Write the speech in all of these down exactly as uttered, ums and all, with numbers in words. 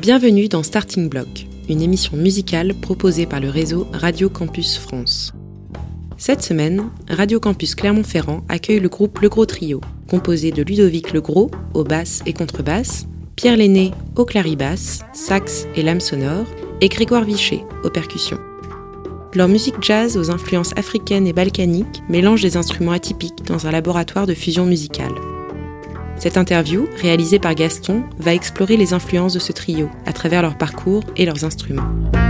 Bienvenue dans Starting Block, une émission musicale proposée par le réseau Radio Campus France. Cette semaine, Radio Campus Clermont-Ferrand accueille le groupe Le Gros Trio, composé de Ludovic Le Gros, aux basses et contrebasses, Pierre Lenné, aux claribasse, sax et lames sonores, et Grégoire Vichet, aux percussions. Leur musique jazz aux influences africaines et balkaniques mélange des instruments atypiques dans un laboratoire de fusion musicale. Cette interview, réalisée par Gaston, va explorer les influences de ce trio à travers leur parcours et leurs instruments.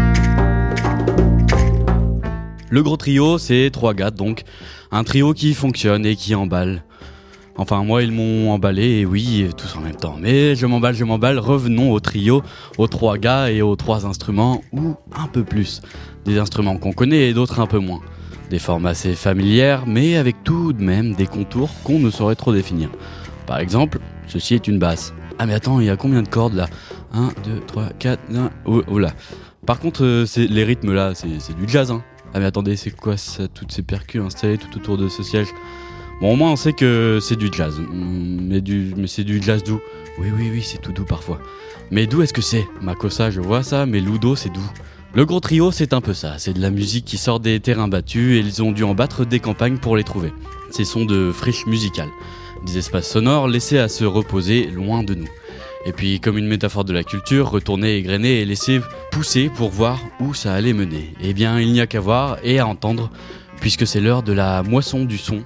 Le Gros Trio, c'est trois gars donc, un trio qui fonctionne et qui emballe. Enfin, moi, ils m'ont emballé, et oui, tous en même temps. Mais je m'emballe, je m'emballe, revenons au trio, aux trois gars et aux trois instruments, ou un peu plus. Des instruments qu'on connaît et d'autres un peu moins. Des formes assez familières, mais avec tout de même des contours qu'on ne saurait trop définir. Par exemple, ceci est une basse. Ah mais attends, il y a combien de cordes là ? un, deux, trois, quatre, un... Oh, oh là. Par contre, euh, c'est, les rythmes là, c'est, c'est du jazz, hein. Ah mais attendez, c'est quoi ça, toutes ces percus installées tout autour de ce siège ? Bon, au moins on sait que c'est du jazz, mais, du, mais c'est du jazz doux. Oui, oui, oui, c'est tout doux parfois. Mais d'où est-ce que c'est ? Makossa, je vois ça, mais Ludo, c'est doux. Le Gros Trio, c'est un peu ça. C'est de la musique qui sort des terrains battus et ils ont dû en battre des campagnes pour les trouver. Ces sons de friche musicale. Des espaces sonores laissés à se reposer loin de nous. Et puis, comme une métaphore de la culture, retourner égrener et laisser pousser pour voir où ça allait mener. Eh bien, il n'y a qu'à voir et à entendre, puisque c'est l'heure de la moisson du son.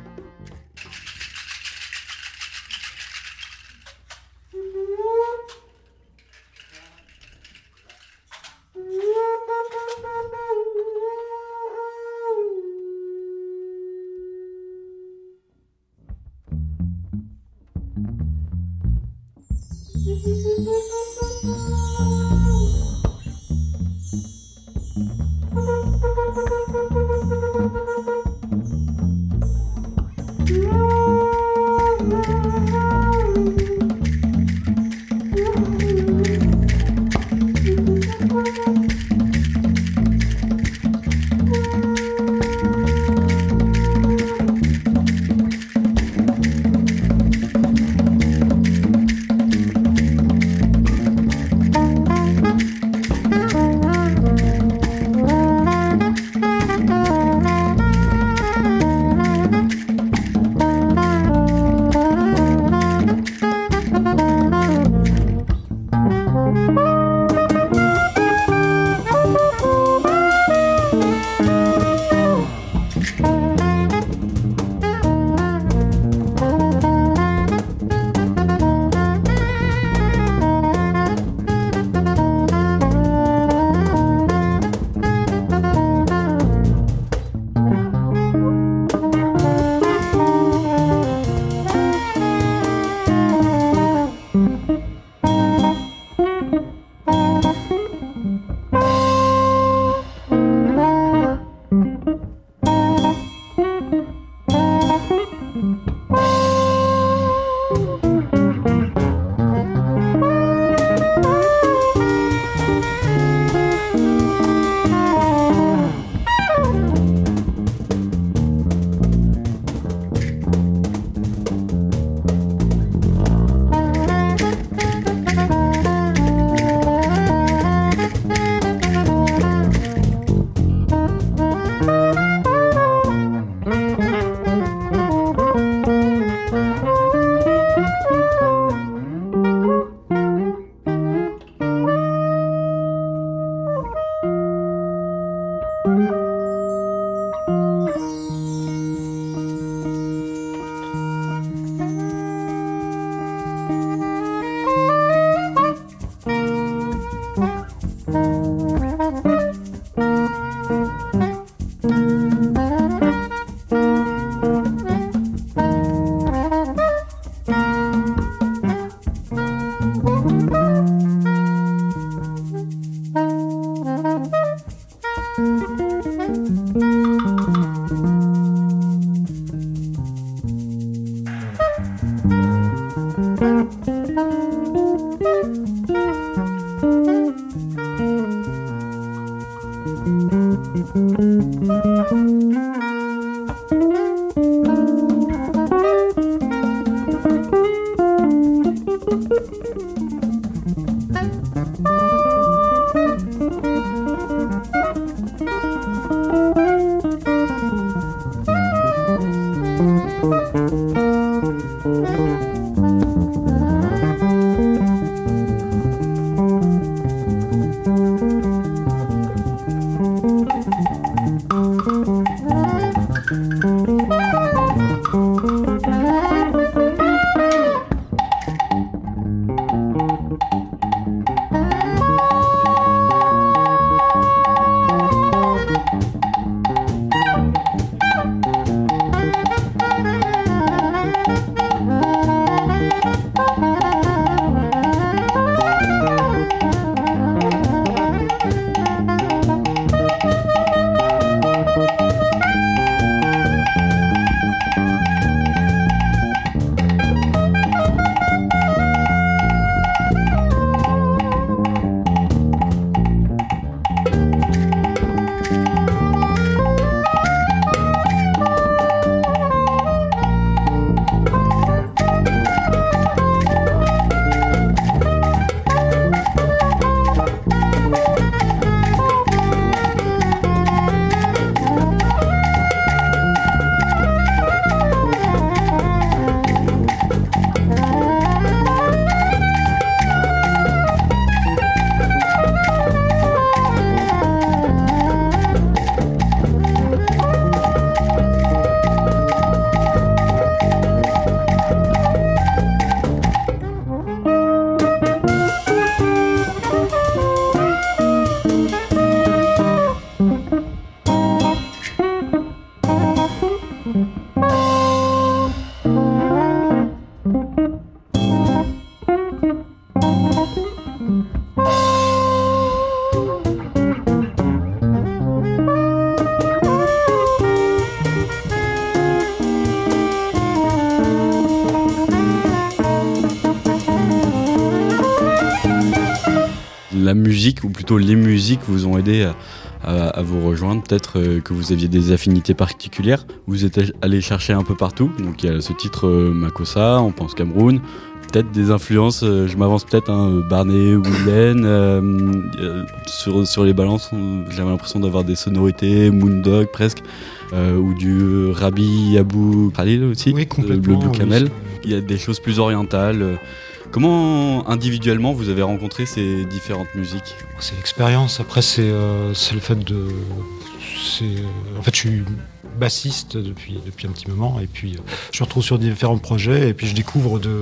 La musique, ou plutôt les musiques, vous ont aidé à, à, à vous rejoindre. Peut-être euh, que vous aviez des affinités particulières. Vous êtes allé chercher un peu partout. Donc il y a ce titre euh, Makossa, on pense Cameroun. Peut-être des influences, euh, je m'avance peut-être, hein, Barney, Woolen. Euh, euh, sur, sur les balances, j'avais l'impression d'avoir des sonorités Moondog presque. Euh, ou du Rabbi Abou Khalil aussi, oui, le Blue Camel. Oui. Il y a des choses plus orientales. Comment individuellement vous avez rencontré ces différentes musiques ? C'est l'expérience. Après, c'est, euh, c'est le fait de. C'est, en fait, je suis bassiste depuis, depuis un petit moment, et puis euh, je me retrouve sur différents projets, et puis je découvre de,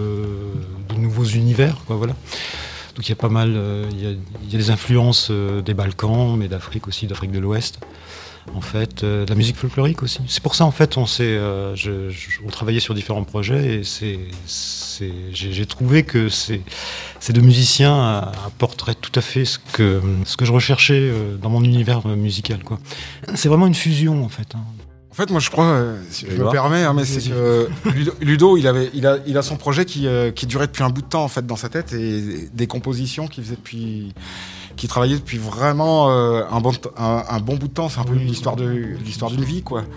de nouveaux univers, quoi, voilà. Donc il y a pas mal. Euh, il y a, il y a des influences euh, des Balkans, mais d'Afrique aussi, d'Afrique de l'Ouest. En fait, euh, de la musique folklorique aussi. C'est pour ça, en fait, on s'est, euh, je, je, on travaillait sur différents projets et c'est, c'est, j'ai, j'ai trouvé que ces, ces deux musiciens apporteraient tout à fait ce que, ce que je recherchais euh, dans mon univers musical, quoi. C'est vraiment une fusion, en fait. Hein. En fait, moi, je crois, euh, si je me permets, hein, mais c'est que Ludo, Ludo, il avait, il a, il a son projet qui, euh, qui durait depuis un bout de temps, en fait, dans sa tête, et des compositions qu'il faisait depuis, qui travaillait depuis vraiment euh, un bon, un, un bon bout de temps. C'est un peu oui, l'histoire de, l'histoire d'une vie, quoi.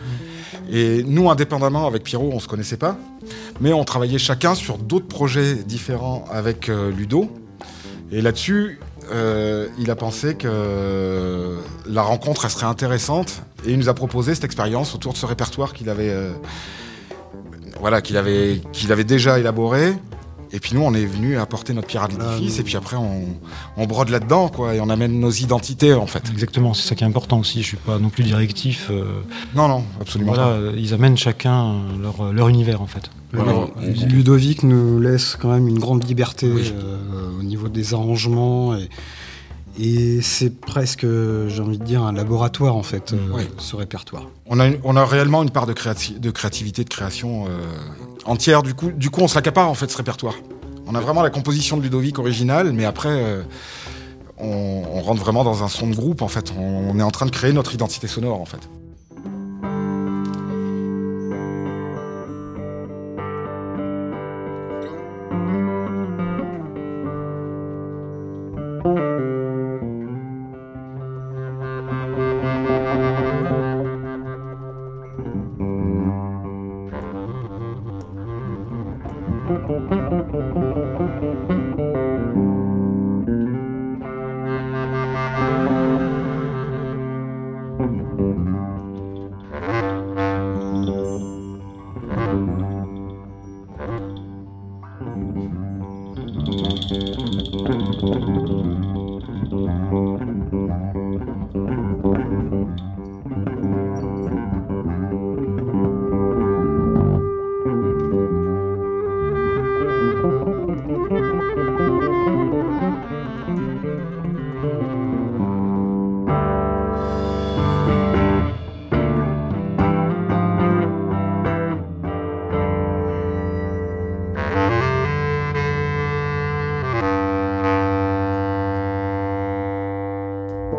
Et nous, indépendamment, avec Pierrot, on se connaissait pas, mais on travaillait chacun sur d'autres projets différents avec euh, Ludo. Et là-dessus, euh, il a pensé que euh, la rencontre, elle serait intéressante, et il nous a proposé cette expérience autour de ce répertoire qu'il avait, euh, voilà, qu'il avait, qu'il avait déjà élaboré. Et puis nous, on est venu apporter notre pierre à l'édifice, ah, et puis après, on, on brode là-dedans, quoi, et on amène nos identités, en fait. Exactement, c'est ça qui est important aussi. Je suis pas non plus directif. Euh... Non, non, absolument voilà, pas. Ils amènent chacun leur, leur univers, en fait. Voilà. Alors, Ludovic nous laisse quand même une grande liberté oui. euh, au niveau des arrangements, et, et c'est presque, j'ai envie de dire, un laboratoire, en fait, euh, oui. ce répertoire. On a, on a réellement une part de, créati- de créativité, de création euh, entière. Du coup, du coup, on se l'accapare, en fait, ce répertoire. On a vraiment la composition de Ludovic originale, mais après, euh, on, on rentre vraiment dans un son de groupe, en fait. On, on est en train de créer notre identité sonore, en fait.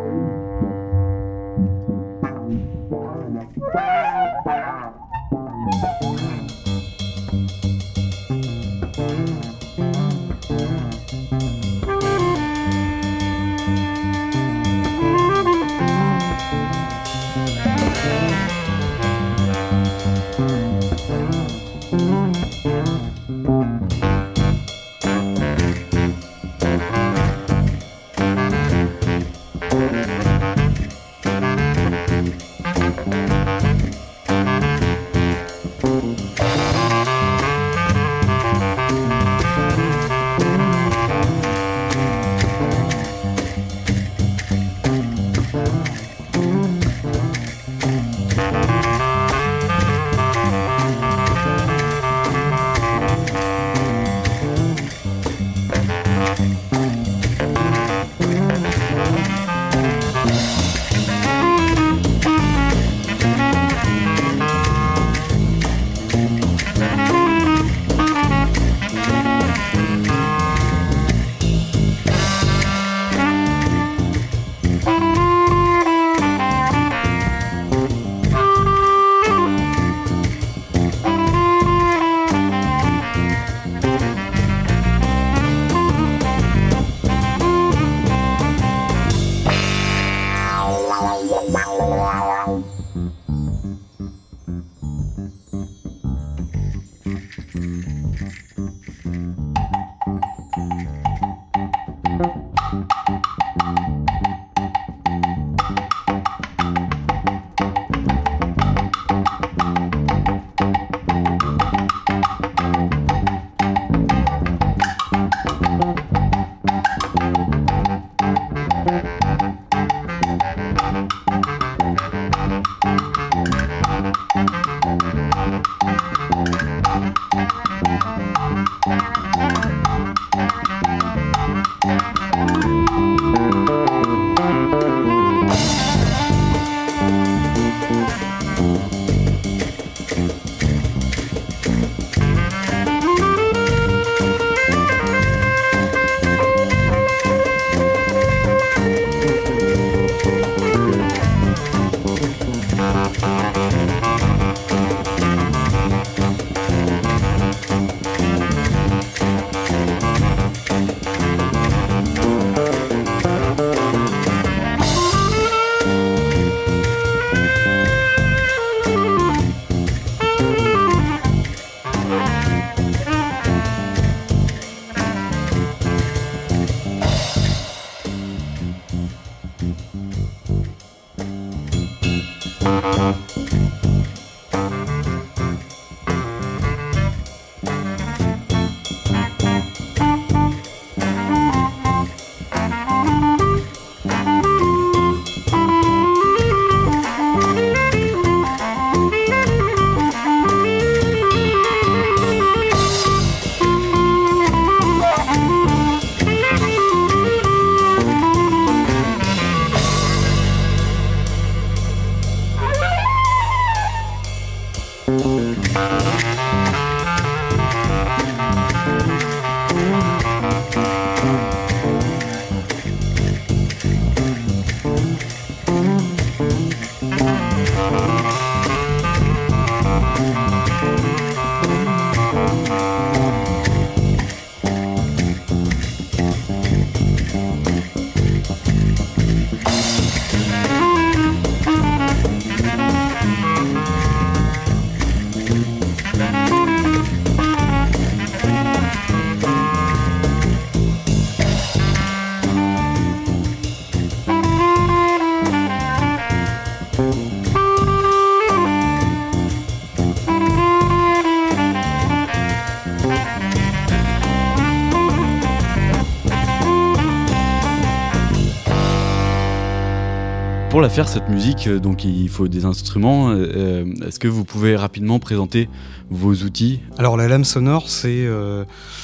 Pour la faire, cette musique, donc il faut des instruments. Euh, est-ce que vous pouvez rapidement présenter vos outils ? Alors la lame sonore, c'est euh,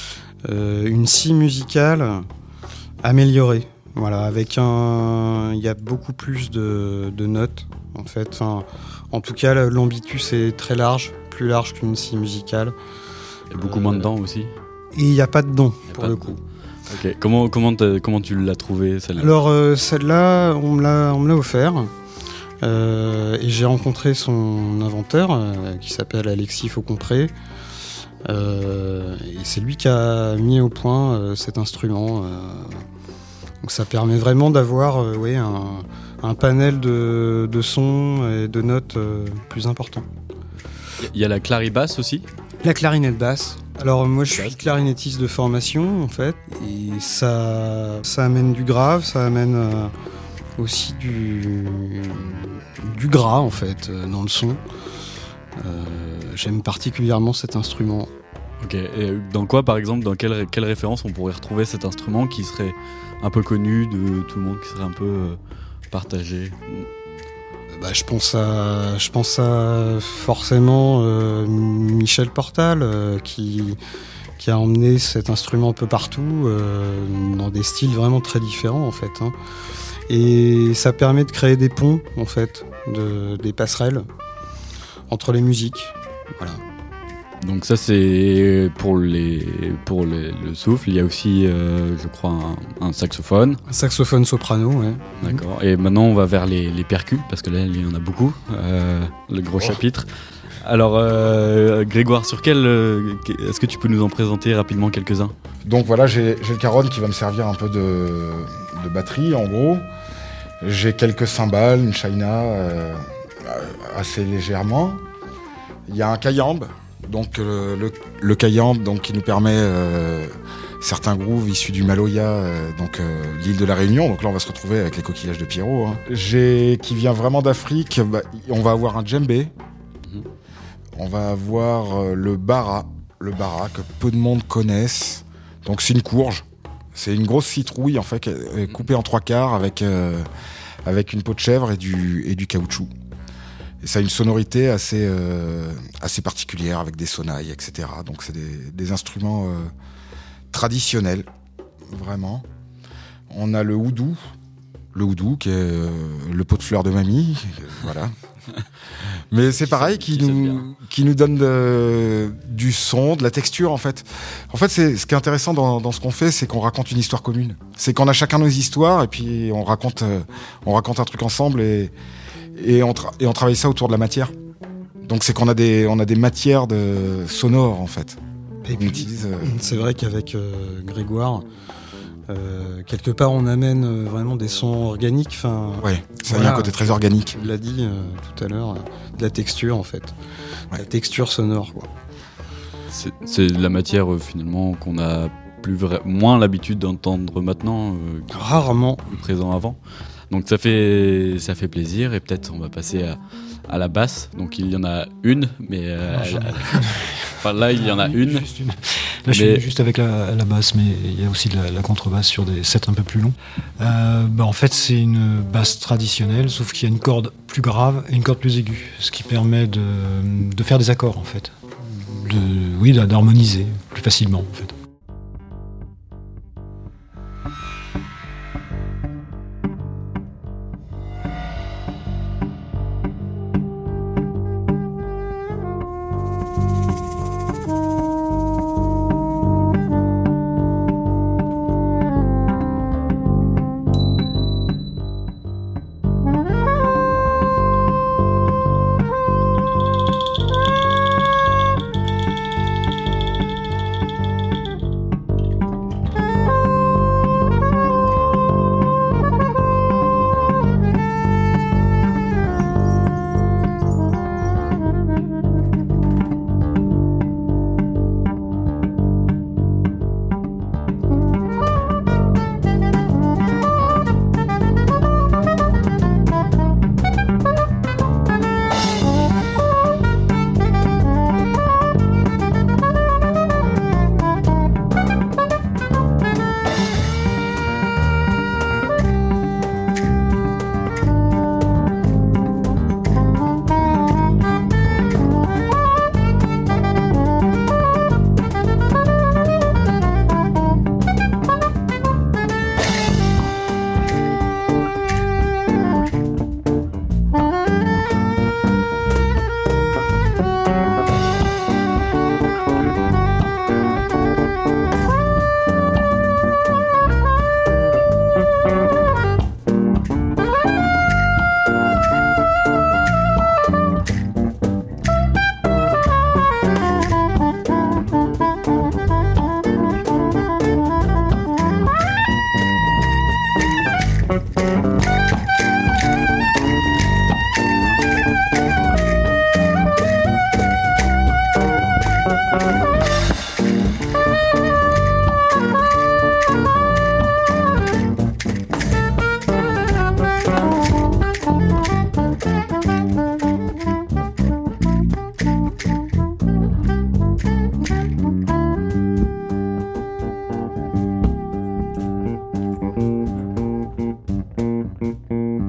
euh, une scie musicale améliorée. Voilà, avec un, il y a beaucoup plus de, de notes en fait. Enfin, en tout cas, l'ambitus est très large, plus large qu'une scie musicale. Il y a beaucoup euh, moins de dents aussi. Et il n'y a pas de dents pour le coup. Ok. Comment comment comment tu l'as trouvée celle-là? Alors euh, celle-là, on me l'a on me l'a offert. Euh, et j'ai rencontré son inventeur euh, qui s'appelle Alexis Faucompré. Euh, et c'est lui qui a mis au point euh, cet instrument. Euh, donc ça permet vraiment d'avoir euh, ouais, un, un panel de, de sons et de notes euh, plus important. Il y a la claribasse aussi? La clarinette basse. Alors moi je suis clarinettiste de formation en fait. Et ça, ça amène du grave, ça amène... Euh, aussi du, du gras en fait euh, dans le son. Euh, j'aime particulièrement cet instrument. Ok, et dans quoi par exemple, dans quelle, quelle référence on pourrait retrouver cet instrument qui serait un peu connu de tout le monde, qui serait un peu euh, partagé? Bah, je pense à, je pense à forcément euh, Michel Portal euh, qui, qui a emmené cet instrument un peu partout euh, dans des styles vraiment très différents en fait. Hein. Et ça permet de créer des ponts, en fait, de, des passerelles entre les musiques. Voilà. Donc ça, c'est pour, les, pour les, le souffle. Il y a aussi, euh, je crois, un, un saxophone. Un saxophone soprano, ouais. D'accord. Et maintenant, on va vers les, les percus, parce que là, il y en a beaucoup, euh, le gros oh. chapitre. Alors, euh, Grégoire, sur quel, euh, est-ce que tu peux nous en présenter rapidement quelques-uns? Donc voilà, j'ai, j'ai le caron qui va me servir un peu de, de batterie, en gros. J'ai quelques cymbales, une china, euh, assez légèrement. Il y a un kayambe, donc euh, le, le kayambe, donc qui nous permet euh, certains grooves issus du Maloya, euh, donc euh, l'île de la Réunion. Donc là, on va se retrouver avec les coquillages de Pierrot. Hein. J'ai qui vient vraiment d'Afrique. Bah, on va avoir un djembé. On va avoir euh, le bara, le bara que peu de monde connaissent. Donc c'est une courge, c'est une grosse citrouille en fait coupée en trois quarts avec euh, avec une peau de chèvre et du et du caoutchouc. Et ça a une sonorité assez euh, assez particulière avec des sonnailles, et cetera. Donc c'est des, des instruments euh, traditionnels, vraiment. On a le oudou, le oudou qui est euh, le pot de fleurs de mamie, voilà. Mais c'est pareil, qui nous, qui nous donne de, du son, de la texture en fait. En fait, c'est, ce qui est intéressant dans, dans ce qu'on fait, c'est qu'on raconte une histoire commune. C'est qu'on a chacun nos histoires et puis on raconte, euh, on raconte un truc ensemble et, et, on tra- et on travaille ça autour de la matière. Donc c'est qu'on a des, on a des matières de, sonores en fait. Et puis, utilise, euh... c'est vrai qu'avec euh, Grégoire, Euh, quelque part on amène euh, vraiment des sons organiques. Enfin, ouais, ça voilà, a un côté très organique. Tu l'as dit euh, tout à l'heure, euh, de la texture en fait, ouais. La texture sonore quoi. C'est, c'est de la matière euh, finalement qu'on a plus vra- moins l'habitude d'entendre maintenant, euh, rarement, plus présent avant. Donc ça fait ça fait plaisir et peut-être on va passer à, à la basse. Donc il y en a une, mais euh, elle, elle, enfin, là il y en a une. Juste une. Là, je suis juste avec la, la basse, mais il y a aussi de la, la contrebasse sur des sets un peu plus longs. Euh, bah, en fait, c'est une basse traditionnelle, sauf qu'il y a une corde plus grave et une corde plus aiguë, ce qui permet de, de faire des accords, en fait. De, oui, d'harmoniser plus facilement, en fait.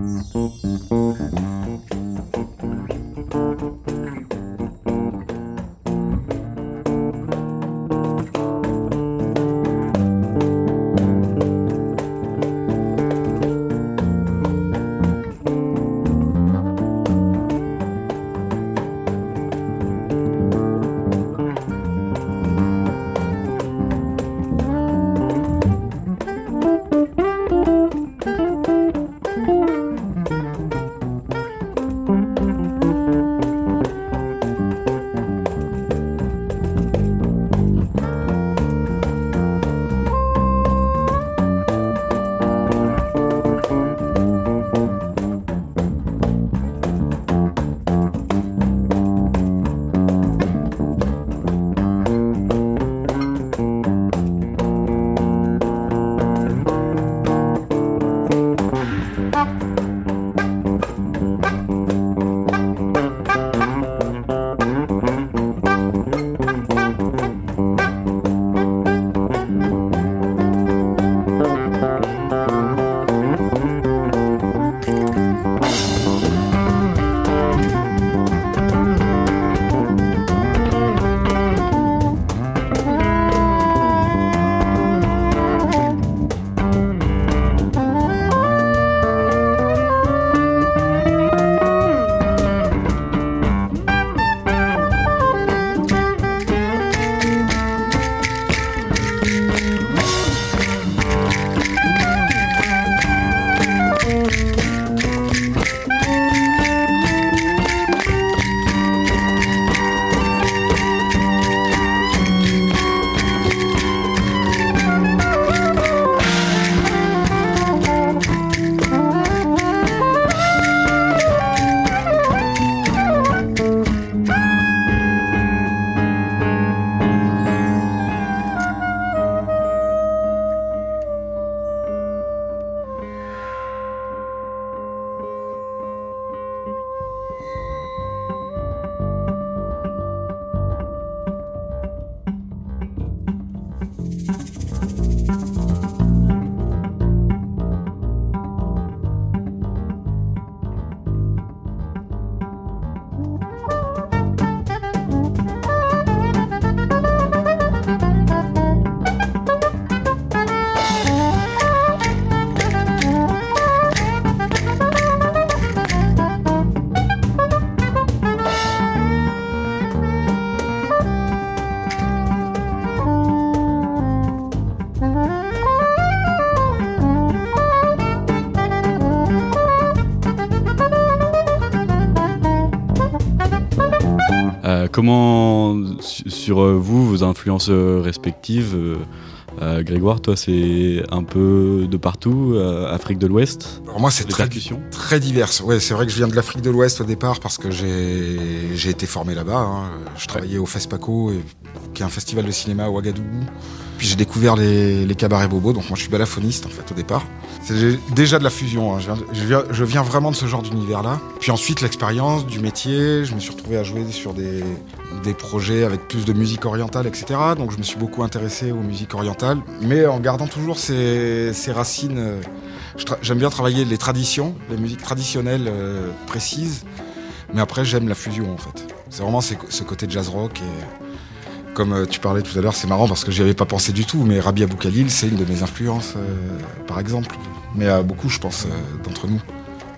Comment, sur vous, vos influences respectives, euh, Grégoire, toi, c'est un peu de partout, euh, Afrique de l'Ouest? Alors moi, c'est très, très divers. Ouais, c'est vrai que je viens de l'Afrique de l'Ouest au départ parce que j'ai, j'ai été formé là-bas. Hein. Je travaillais au FESPACO, qui est un festival de cinéma à Ouagadougou. Puis j'ai découvert les, les cabarets bobos, donc moi je suis balafoniste en fait au départ. C'est déjà de la fusion, hein. je, viens, je, viens, je viens vraiment de ce genre d'univers-là. Puis ensuite l'expérience du métier, je me suis retrouvé à jouer sur des, des projets avec plus de musique orientale, et cetera. Donc je me suis beaucoup intéressé aux musiques orientales, mais en gardant toujours ces, ces racines. J'aime bien travailler les traditions, les musiques traditionnelles euh, précises, mais après j'aime la fusion en fait. C'est vraiment ce côté jazz rock et... Comme tu parlais tout à l'heure, c'est marrant parce que j'y avais pas pensé du tout, mais Rabia Boukhalil, c'est une de mes influences, euh, par exemple. Mais à beaucoup, je pense, euh, d'entre nous.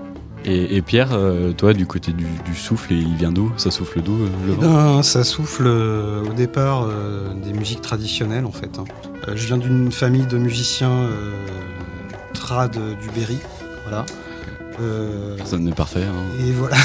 Et, et Pierre, euh, toi, du côté du, du souffle, il vient d'où? Ça souffle d'où, euh, le vent? Ben, ça souffle euh, au départ euh, des musiques traditionnelles, en fait. Hein. Euh, je viens d'une famille de musiciens euh, trad du Berry, voilà. Euh, Ça n'est parfait. Hein. Et voilà.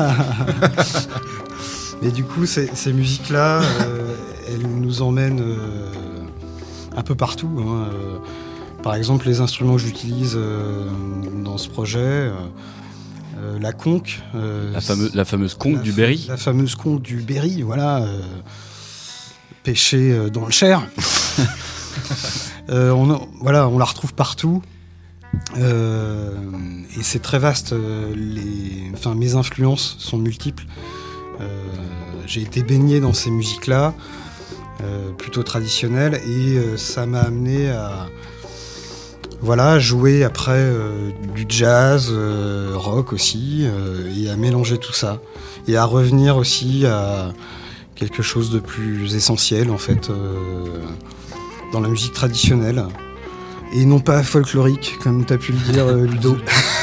Mais du coup, ces, ces musiques-là, euh, elles nous emmènent euh, un peu partout. Hein. Euh, par exemple, les instruments que j'utilise euh, dans ce projet, euh, euh, la conque. Euh, la, fameuse, la fameuse conque la, du Berry. La fameuse conque du Berry, voilà. Euh, pêchée euh, dans le Cher. euh, on, voilà, on la retrouve partout. Euh, et c'est très vaste. Les, enfin, mes influences sont multiples. Euh, j'ai été baigné dans ces musiques-là, euh, plutôt traditionnelles, et euh, ça m'a amené à, voilà, à jouer après euh, du jazz, euh, rock aussi, euh, et à mélanger tout ça. Et à revenir aussi à quelque chose de plus essentiel, en fait, euh, dans la musique traditionnelle. Et non pas folklorique, comme tu as pu le dire, euh, Ludo.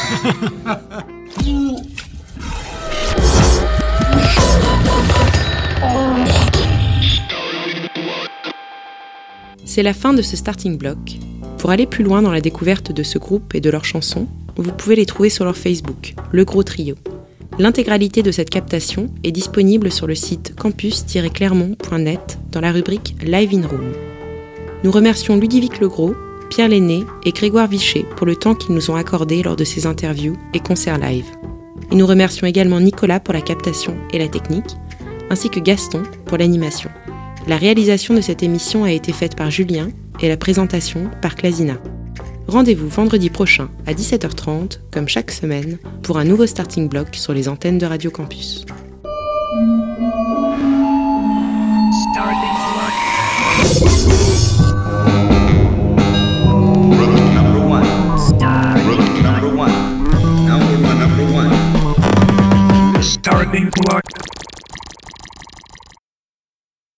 C'est la fin de ce starting block. Pour aller plus loin dans la découverte de ce groupe et de leurs chansons, vous pouvez les trouver sur leur Facebook, Le Gros Trio. L'intégralité de cette captation est disponible sur le site campus tiret clermont point net dans la rubrique Live in Room. Nous remercions Ludovic Legros, Pierre Lenné et Grégoire Vichet pour le temps qu'ils nous ont accordé lors de ces interviews et concerts live. Et nous remercions également Nicolas pour la captation et la technique, ainsi que Gaston pour l'animation. La réalisation de cette émission a été faite par Julien et la présentation par Clasina. Rendez-vous vendredi prochain à dix-sept heures trente, comme chaque semaine, pour un nouveau starting block sur les antennes de Radio Campus. Starting block. Rookie number one. Rookie number one. Number one, number one. Starting block.